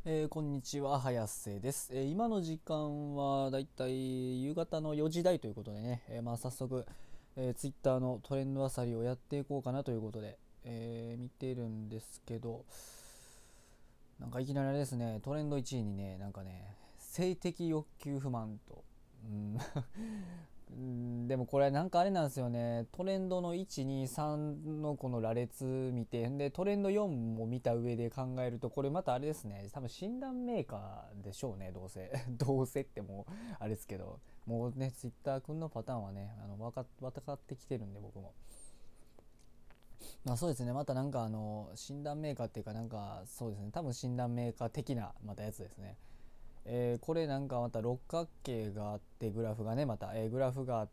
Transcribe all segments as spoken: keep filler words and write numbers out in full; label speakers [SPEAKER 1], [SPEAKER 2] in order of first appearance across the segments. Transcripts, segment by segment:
[SPEAKER 1] えーこんにちは、早瀬です。えー今の時間はだいたい夕方のよじ台ということでね、えーまあ、早速、えー、Twitter のトレンドあさりをやっていこうかなということで、えー見てるんですけど、なんかいきなりあれですね、トレンドいちいにね、なんかね、性的欲求不満と、うんうんでもこれなんかあれなんですよね、トレンドのいち、に、さんのこの羅列見て、でトレンドよんも見た上で考えると、これまたあれですね、多分診断メーカーでしょうね、どうせどうせってもうあれですけど、もうね、ツイッター君のパターンはね、あの分か分かってきてるんで、僕も。まあそうですね、またなんかあの診断メーカーっていうか、なんかそうですね、多分診断メーカー的なまたやつですね。えーこれなんかまた六角形があって、グラフがね、また、えーグラフがあって、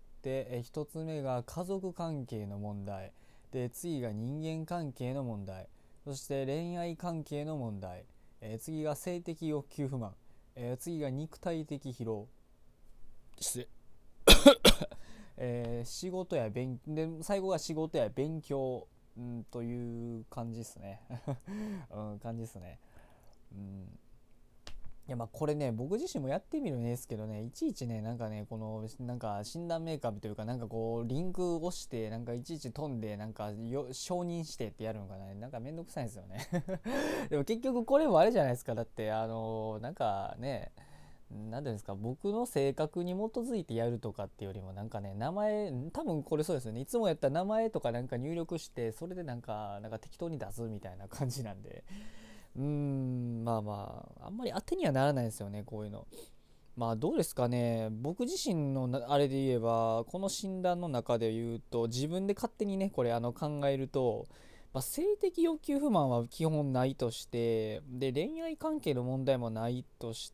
[SPEAKER 1] えー、ひとつめが家族関係の問題で、次が人間関係の問題、そして恋愛関係の問題、えー次が性的欲求不満、えー次が肉体的疲労、失礼えー仕事や勉で最後が仕事や勉強、うん、という感じですね、うん、感じですね。うんいやまあこれね、僕自身もやってみるんですけどね、いちいちね、なんかね、このなんか診断メーカーというか、なんかこうリンク押してなんかいちいち飛んで、なんかよ承認してってやるのがね、なんかめんどくさいんですよね。でも結局これもあれじゃないですか。だってあのーなんかね、なんていうんですか、僕の性格に基づいてやるとかっていうよりも、なんかね、名前多分これそうですよね、いつもやったら名前とかなんか入力して、それでなんかなんか適当に出すみたいな感じなんで、うーん、まあまあ、あんまり当てにはならないですよね、こういうの。まあどうですかね、僕自身のなあれで言えば、この診断の中で言うと、自分で勝手にね、これあの考えると、まあ、性的欲求不満は基本ないとして、で、恋愛関係の問題もないとして、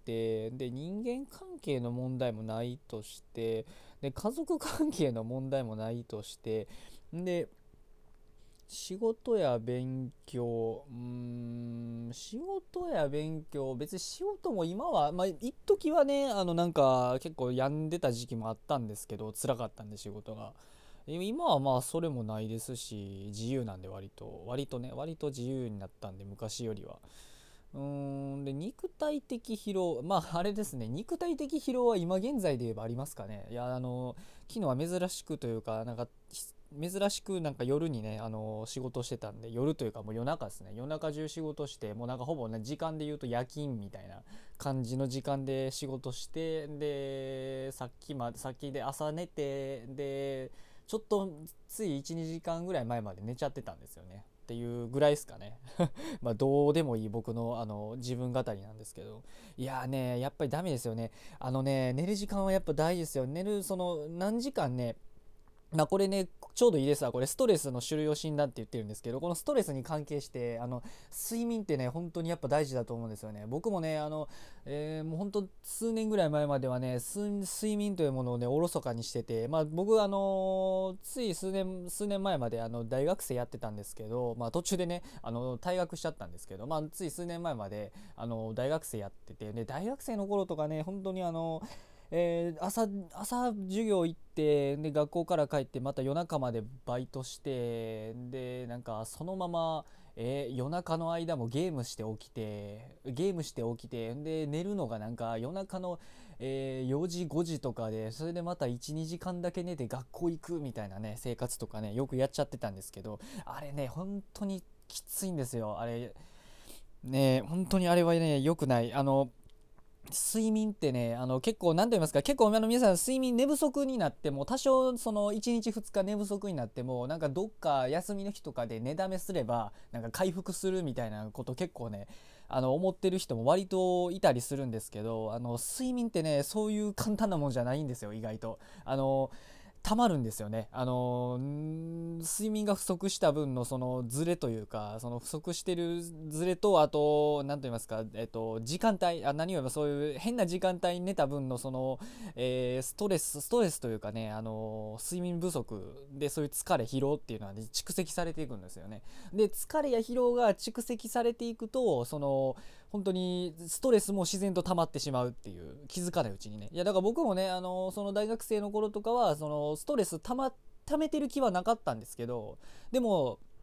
[SPEAKER 1] で、人間関係の問題もないとして、で、家族関係の問題もないとして、で、仕事や勉強、うーん、仕事や勉強、別に仕事も今は、まあ、一時はね、あの、なんか、結構病んでた時期もあったんですけど、辛かったんで仕事が。今はまあ、それもないですし、自由なんで割と、割とね、割と自由になったんで、昔よりは。うーん、で、肉体的疲労、まあ、あれですね、肉体的疲労は今現在で言えばありますかね。いや、あの、昨日は珍しくというか、なんか、珍しくなんか夜にね、あの仕事してたんで、夜というかもう夜中ですね、夜中中仕事して、もうなんかほぼね、時間で言うと夜勤みたいな感じの時間で仕事して、で、さっきまで、さっきで朝寝て、で、ちょっとついいち、にじかんぐらい前まで寝ちゃってたんですよね。っていうぐらいですかね。まあどうでもいい僕のあの自分語りなんですけど、いやーね、やっぱりダメですよね。あのね、寝る時間はやっぱ大事ですよ。寝るその何時間ね、まあこれね、ちょうどいいですわ。これストレスの種類を診断って言ってるんですけど、このストレスに関係して、あの、睡眠ってね、本当にやっぱ大事だと思うんですよね。僕もね、あの、えーもう本当数年ぐらい前まではね、睡睡眠というものをね、おろそかにしてて、まあ僕、あのつい数年、数年前まであの大学生やってたんですけど、まあ途中でね、あの、退学しちゃったんですけど、まあつい数年前まで、あの、大学生やってて、で、大学生の頃とかね、本当にあの、えー朝、朝授業行ってで学校から帰ってまた夜中までバイトしてでなんかそのまま、えー夜中の間もゲームして起きてゲームして起きてで寝るのがなんか夜中の、えーよじごじとかでそれでまたいちにじかんだけ寝て学校行くみたいなね生活とかねよくやっちゃってたんですけど、あれね本当にきついんですよあれね。本当にあれはね良くない。あの睡眠ってね、あの結構何と言いますか、結構あの皆さん睡眠寝不足になっても多少そのいちにちふつか寝不足になってもなんかどっか休みの日とかで寝だめすればなんか回復するみたいなこと結構ね、あの思ってる人も割といたりするんですけど、あの睡眠ってねそういう簡単なもんじゃないんですよ、意外と。あのたまるんですよね。あの睡眠が不足した分のそのズレというか、その不足してるズレと、あと何と言いますか、えっと時間帯、あ何よりもそういう変な時間帯に寝た分のその、えーストレスストレスというかね、あの睡眠不足でそういう疲れ疲労っていうのは、ね、蓄積されていくんですよね。で疲れや疲労が蓄積されていくと、その本当にストレスも自然と溜まってしまうっていう、気づかないうちにね。いやだから僕もね、あのその大学生の頃とかはそのストレス溜ま溜めてる気はなかったんですけど、でも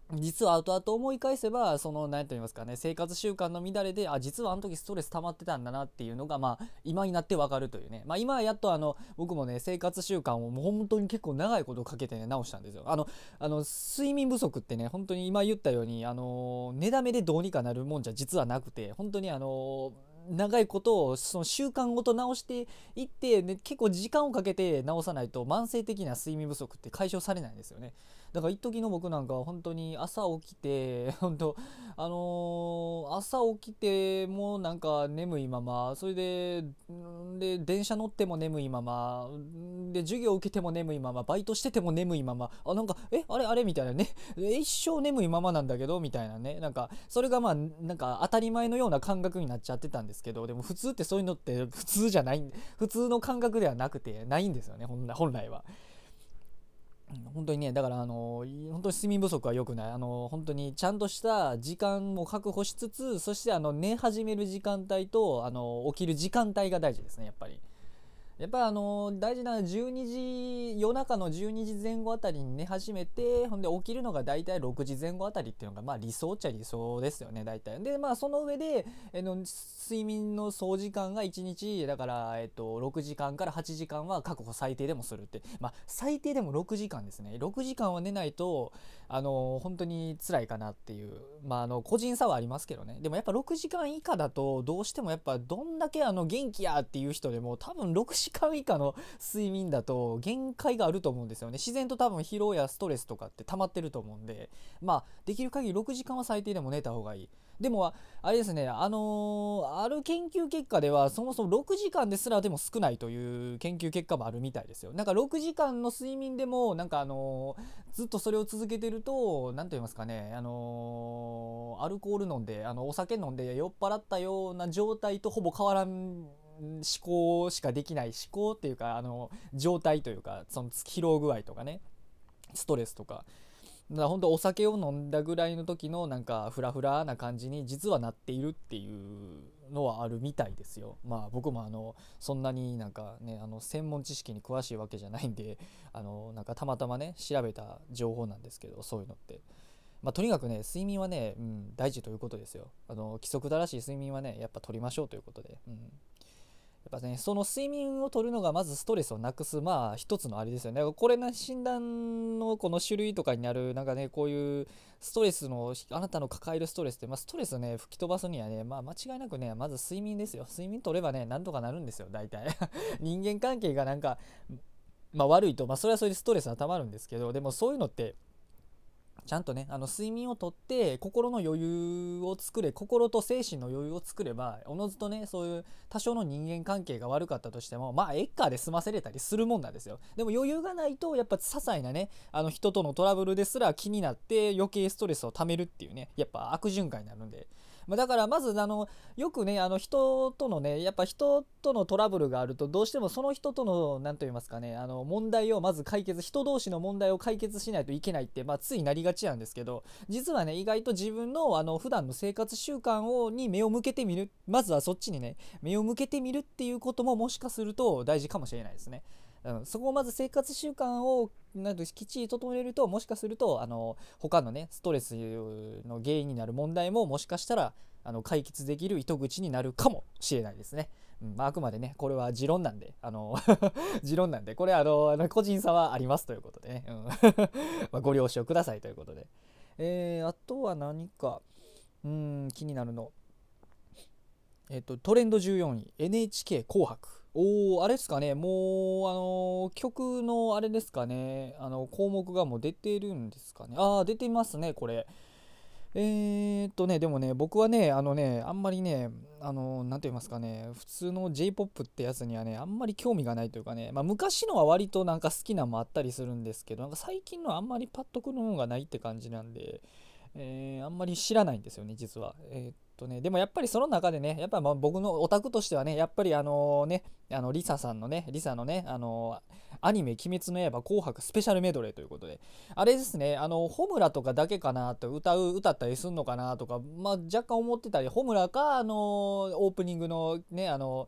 [SPEAKER 1] 実は後々思い返せば、その何と言いますかね、生活習慣の乱れで、あ、実はあの時ストレス溜まってたんだなっていうのが、まあ今になってわかるというね。まあ今はやっとあの僕もね、生活習慣をもう本当に結構長いことかけてね直したんですよ。あのあの睡眠不足ってね、本当に今言ったように、あの寝だめでどうにかなるもんじゃ実はなくて、本当にあの長いことをその習慣ごと直していって、ね、結構時間をかけて直さないと慢性的な睡眠不足って解消されないんですよね。だから一時の僕なんかは本当に朝起きて本当あのー朝起きてもなんか眠いまま、それでんで電車乗っても眠いままで、授業受けても眠いまま、バイトしてても眠いまま、あなんかえあれあれみたいなね、一生眠いままなんだけどみたいなね、なんかそれがまあなんか当たり前のような感覚になっちゃってたんですけど、でも普通ってそういうのって普通じゃない、普通の感覚ではなくてないんですよね、本来本来は。本当にね、だからあの本当に睡眠不足は良くない。あの本当にちゃんとした時間も確保しつつ、そしてあの寝始める時間帯とあの起きる時間帯が大事ですね、やっぱり。やっぱりあの大事なじゅうにじ、夜中のじゅうにじぜん後あたりに寝始めて、ほんで起きるのが大体ろくじぜん後あたりっていうのがまあ理想っちゃ理想ですよね、大体。でまあその上で、えの睡眠の総時間がいちにちだから、えっと、ろくじかんからはちじかんは確保最低でもするって、まあ最低でもろくじかんですね。ろくじかんは寝ないとあの本当に辛いかなっていう、まああの個人差はありますけどね。でもやっぱろくじかん以下だとどうしてもやっぱどんだけあの元気やっていう人でも多分ろくじかん以下の睡眠だと限界があると思うんですよね。自然と多分疲労やストレスとかって溜まってると思うんで、まあできる限りろくじかんは最低でも寝た方がいい。でもあれですね、あのーある研究結果ではそもそもろくじかんですらでも少ないという研究結果もあるみたいですよ。なんかろくじかんの睡眠でもなんかあのーずっとそれを続けてると何と言いますかね、あのーアルコール飲んであのお酒飲んで酔っ払ったような状態とほぼ変わらん思考しかできない、思考っていうかあの状態というか、その疲労具合とかね、ストレスとか、だから本当お酒を飲んだぐらいの時のなんかフラフラな感じに実はなっているっていうのはあるみたいですよ。まあ僕もあのそんなになんかねあの専門知識に詳しいわけじゃないんで、あのなんかたまたまね調べた情報なんですけど、そういうのって、まあ、とにかくね睡眠はね、うん、大事ということですよ。あの規則正しい睡眠はねやっぱ取りましょうということで、うん、やっぱね、その睡眠をとるのがまずストレスをなくす、まあ一つのあれですよね。これな診断のこの種類とかにある、なんかね、こういうストレスの、あなたの抱えるストレスって、まあストレスをね、吹き飛ばすにはね、まあ間違いなくね、まず睡眠ですよ。睡眠取ればね、なんとかなるんですよ、大体。人間関係がなんか、まあ悪いと、まあそれはそれでストレスはたまるんですけど、でもそういうのって、ちゃんとねあの睡眠をとって心の余裕を作れ、心と精神の余裕を作れば、おのずとねそういう多少の人間関係が悪かったとしてもまあエッカーで済ませれたりするもんなんですよ。でも余裕がないとやっぱ些細なねあの人とのトラブルですら気になって余計ストレスを溜めるっていうね、やっぱ悪循環になるんで、まあ、だからまずあのよくねあの人とのねやっぱ人とのトラブルがあるとどうしてもその人との何と言いますかねあの問題をまず解決、人同士の問題を解決しないといけないって、まあ、ついなりがちなんですけど、実はね意外と自分のあの普段の生活習慣をに目を向けてみる、まずはそっちにね目を向けてみるっていうことももしかすると大事かもしれないですね。うん、そこをまず生活習慣をなんときっちり整えると、もしかするとあの他のねストレスの原因になる問題ももしかしたらあの解決できる糸口になるかもしれないですね。うんまあ、あくまでねこれは持論なんで、あの持論なんでこれあのあの個人差はありますということでね、うんまあご了承くださいということで、えー、あとは何かうん気になるの、えっと、トレンドじゅうよんい エヌエイチケー 紅白、おーあれですかね、もうあのー曲のあれですかね、あの項目がもう出てるんですかね、ああ出てますねこれ。えーっとねでもね僕はねあのねあんまりねあのなんて言いますかね、普通の J-ジェイポップ ってやつにはねあんまり興味がないというかね、まあ昔のは割となんか好きなのもあったりするんですけど、なんか最近のはあんまりパッとくるのがないって感じなんで、えーあんまり知らないんですよね実は。えーっとねでもやっぱりその中でねやっぱまあ僕のオタクとしてはねやっぱりあのねあのリサさんのねリサのねあのアニメ「鬼滅の刃紅白スペシャルメドレー」ということで、あれですねあのホムラとかだけかなと歌う歌ったりすんのかなとか、まあ若干思ってたり、ホムラかあのオープニングのねあの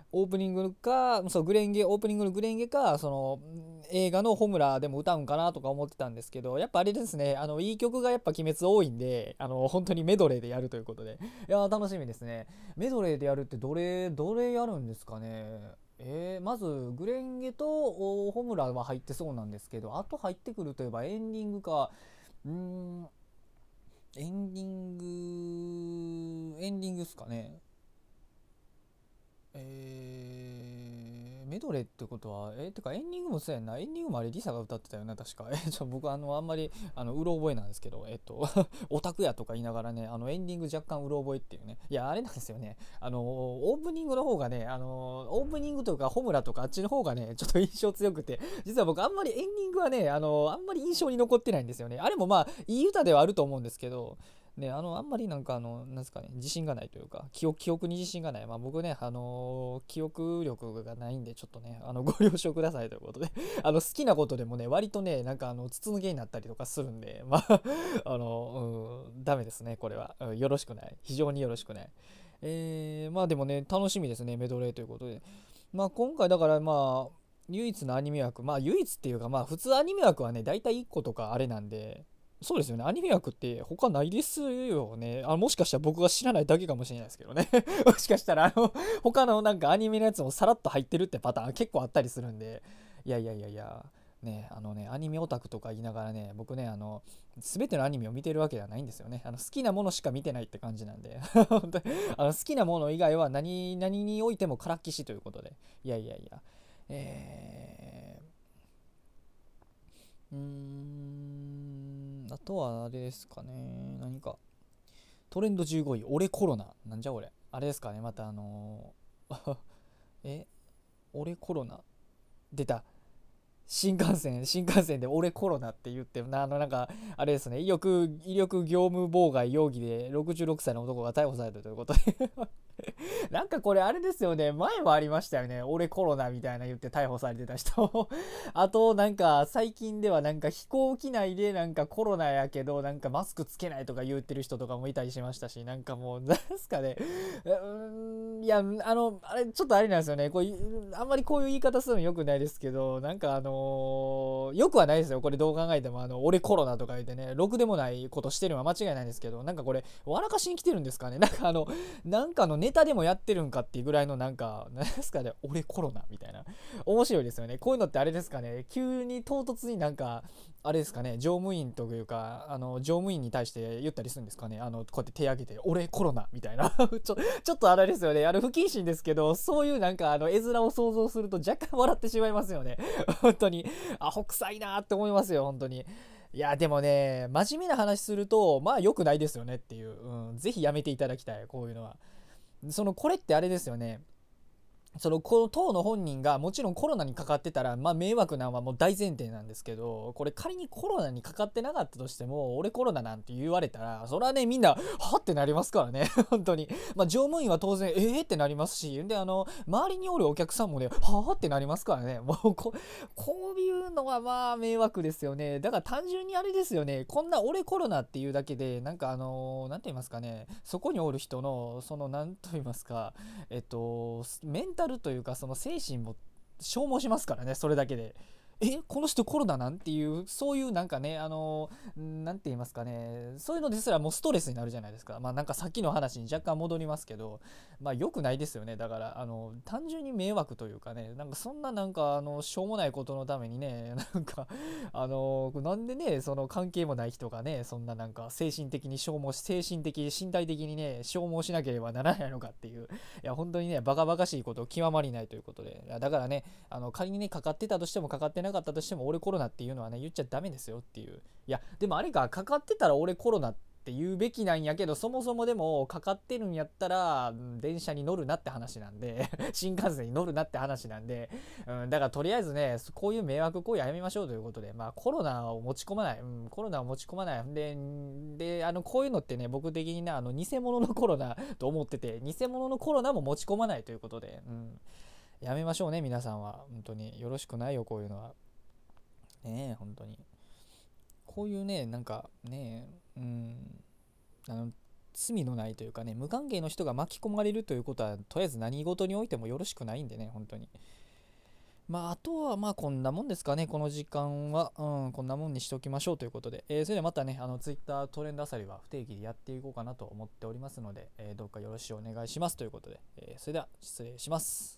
[SPEAKER 1] オープニングか、そう、グレンゲ、オープニングのグレンゲか、その、映画のホムラでも歌うんかなとか思ってたんですけど、やっぱあれですね、あの、いい曲がやっぱ鬼滅多いんで、あの、本当にメドレーでやるということで。いやー、楽しみですね。メドレーでやるってどれ、どれやるんですかね。えー、まず、グレンゲとおホムラは入ってそうなんですけど、あと入ってくるといえばエンディングか、うーん、エンディング、エンディングっすかね。えー、メドレーってことは、えー、てかエンディングもそうやんな。エンディングもあれリサが歌ってたよな、確か。えちょ、僕あの、あんまり、あの、うろ覚えなんですけど、えっと、オタクやとか言いながらね、あの、エンディング若干うろ覚えっていうね。いや、あれなんですよね。あの、オープニングの方がね、あの、オープニングとかホムラとかあっちの方がね、ちょっと印象強くて、実は僕あんまりエンディングはね、あの、あんまり印象に残ってないんですよね。あれもまあ、いい歌ではあると思うんですけど、ね、あの、あんまりなんかあの、なんですかね、自信がないというか、記憶、記憶に自信がない。まあ僕ね、あのー記憶力がないんで、ちょっとね、あの、ご了承くださいということで、あの、好きなことでもね、割とね、なんかあの、筒抜けになったりとかするんで、まあ、あの、うん、ダメですね、これは。うん、よろしくない。非常によろしくない。えー、まあでもね、楽しみですね、メドレーということで。まあ今回だからまあ、唯一のアニメ枠、まあ唯一っていうかまあ普通アニメ枠はね、大体いっことかあれなんで、そうですよね。アニメ枠って他ないですよね。あ、もしかしたら僕が知らないだけかもしれないですけどね。もしかしたら、あの、他のなんかアニメのやつもさらっと入ってるってパターン結構あったりするんで。いやいやいやいや、ね、あのね、アニメオタクとか言いながらね、僕ね、あの、すべてのアニメを見てるわけではないんですよね。あの、好きなものしか見てないって感じなんで。本当にあの好きなもの以外は何、何においてもからっきしということで。いやいやいや。えー、うーん、あとはあれですかね。何か。トレンドじゅうごい、俺コロナ。なんじゃ俺。あれですかね。またあのーえ、俺コロナ。出た。新幹線、新幹線で俺コロナって言って、なあの、なんか、あれですね。威力、威力業務妨害容疑でろくじゅうろくさいの男が逮捕されたということでなんかこれあれですよね。前もありましたよね。俺コロナみたいな言って逮捕されてた人あとなんか最近ではなんか飛行機内でなんかコロナやけどなんかマスクつけないとか言ってる人とかもいたりしましたし、なんかもうなんすかね。うーん、いや、あの、あれちょっとあれなんですよね。こうあんまりこういう言い方するの良くないですけど、なんかあのー、よくはないですよ。これどう考えても、あの、俺コロナとか言ってね、ろくでもないことしてるのは間違いないんですけど、なんかこれ、笑かしに来てるんですかね。なんかあの、なんかのネタでもやってるんかっていうぐらいのなんか、なんですかね、俺コロナみたいな。面白いですよね。こういうのってあれですかね、急に唐突になんか、あれですかね、乗務員というか、あの、乗務員に対して言ったりするんですかね。あの、こうやって手挙げて、俺コロナみたいな。ちょ、ちょっとあれですよね。あの、不謹慎ですけど、そういうなんか、あの、絵面を想像すると若干笑ってしまいますよね。本当に。アホ臭いなって思いますよ、本当に。いや、でもね、真面目な話すると、まあ良くないですよねっていう。うん、ぜひやめていただきたい、こういうのは。その、これってあれですよね。そのこの当の本人がもちろんコロナにかかってたら、まあ、迷惑なのはもう大前提なんですけど、これ仮にコロナにかかってなかったとしても、俺コロナなんて言われたら、それはね、みんな、はってなりますからね、本当に。まあ、乗務員は当然、えーってなりますし、で、あの、周りにおるお客さんもね、はってなりますからね、もうこ、こういうのはまあ、迷惑ですよね。だから単純にあれですよね、こんな俺コロナっていうだけで、なんかあの、なんて言いますかね、そこにおる人の、その、なんと言いますか、えっと、メンタルというかその精神も消耗しますからね、それだけで。え、この人コロナなんていう、そういうなんかね、あの、なんて言いますかね、そういうのですらもうストレスになるじゃないですか。まあなんかさっきの話に若干戻りますけど、まあ良くないですよね。だから、あの、単純に迷惑というかね、なんかそんななんか、あの、しょうもないことのためにね、なんか、あの、なんでね、その関係もない人がね、そんななんか精神的に消耗し、精神的、身体的にね、消耗しなければならないのかっていう、いや、本当にね、バカバカしいこと極まりないということで、いやだからね、あの、仮にね、かかってたとしてもかかってなかったとしても、俺コロナっていうのはね、言っちゃダメですよっていう。いや、でもあれか、かかってたら俺コロナって言うべきなんやけど、そもそもでもかかってるんやったら、うん、電車に乗るなって話なんで新幹線に乗るなって話なんで、うん、だからとりあえずね、こういう迷惑行為やめましょうということで、まあコロナを持ち込まない、うん、コロナを持ち込まない。で、で、あの、こういうのってね、僕的にね、あの、偽物のコロナと思ってて、偽物のコロナも持ち込まないということで、うん、やめましょうね、皆さんは。本当によろしくないよ、こういうのは。ねえ、本当に。こういうね、なんかね、うん、あの、 罪のないというかね、無関係の人が巻き込まれるということはとりあえず何事においてもよろしくないんでね、本当に。まあ、あとはまあこんなもんですかね、この時間は、うん、こんなもんにしておきましょうということで、えーそれではまたね、あの Twitter トレンドあさりは不定期でやっていこうかなと思っておりますので、えーどうかよろしくお願いしますということで、えーそれでは失礼します。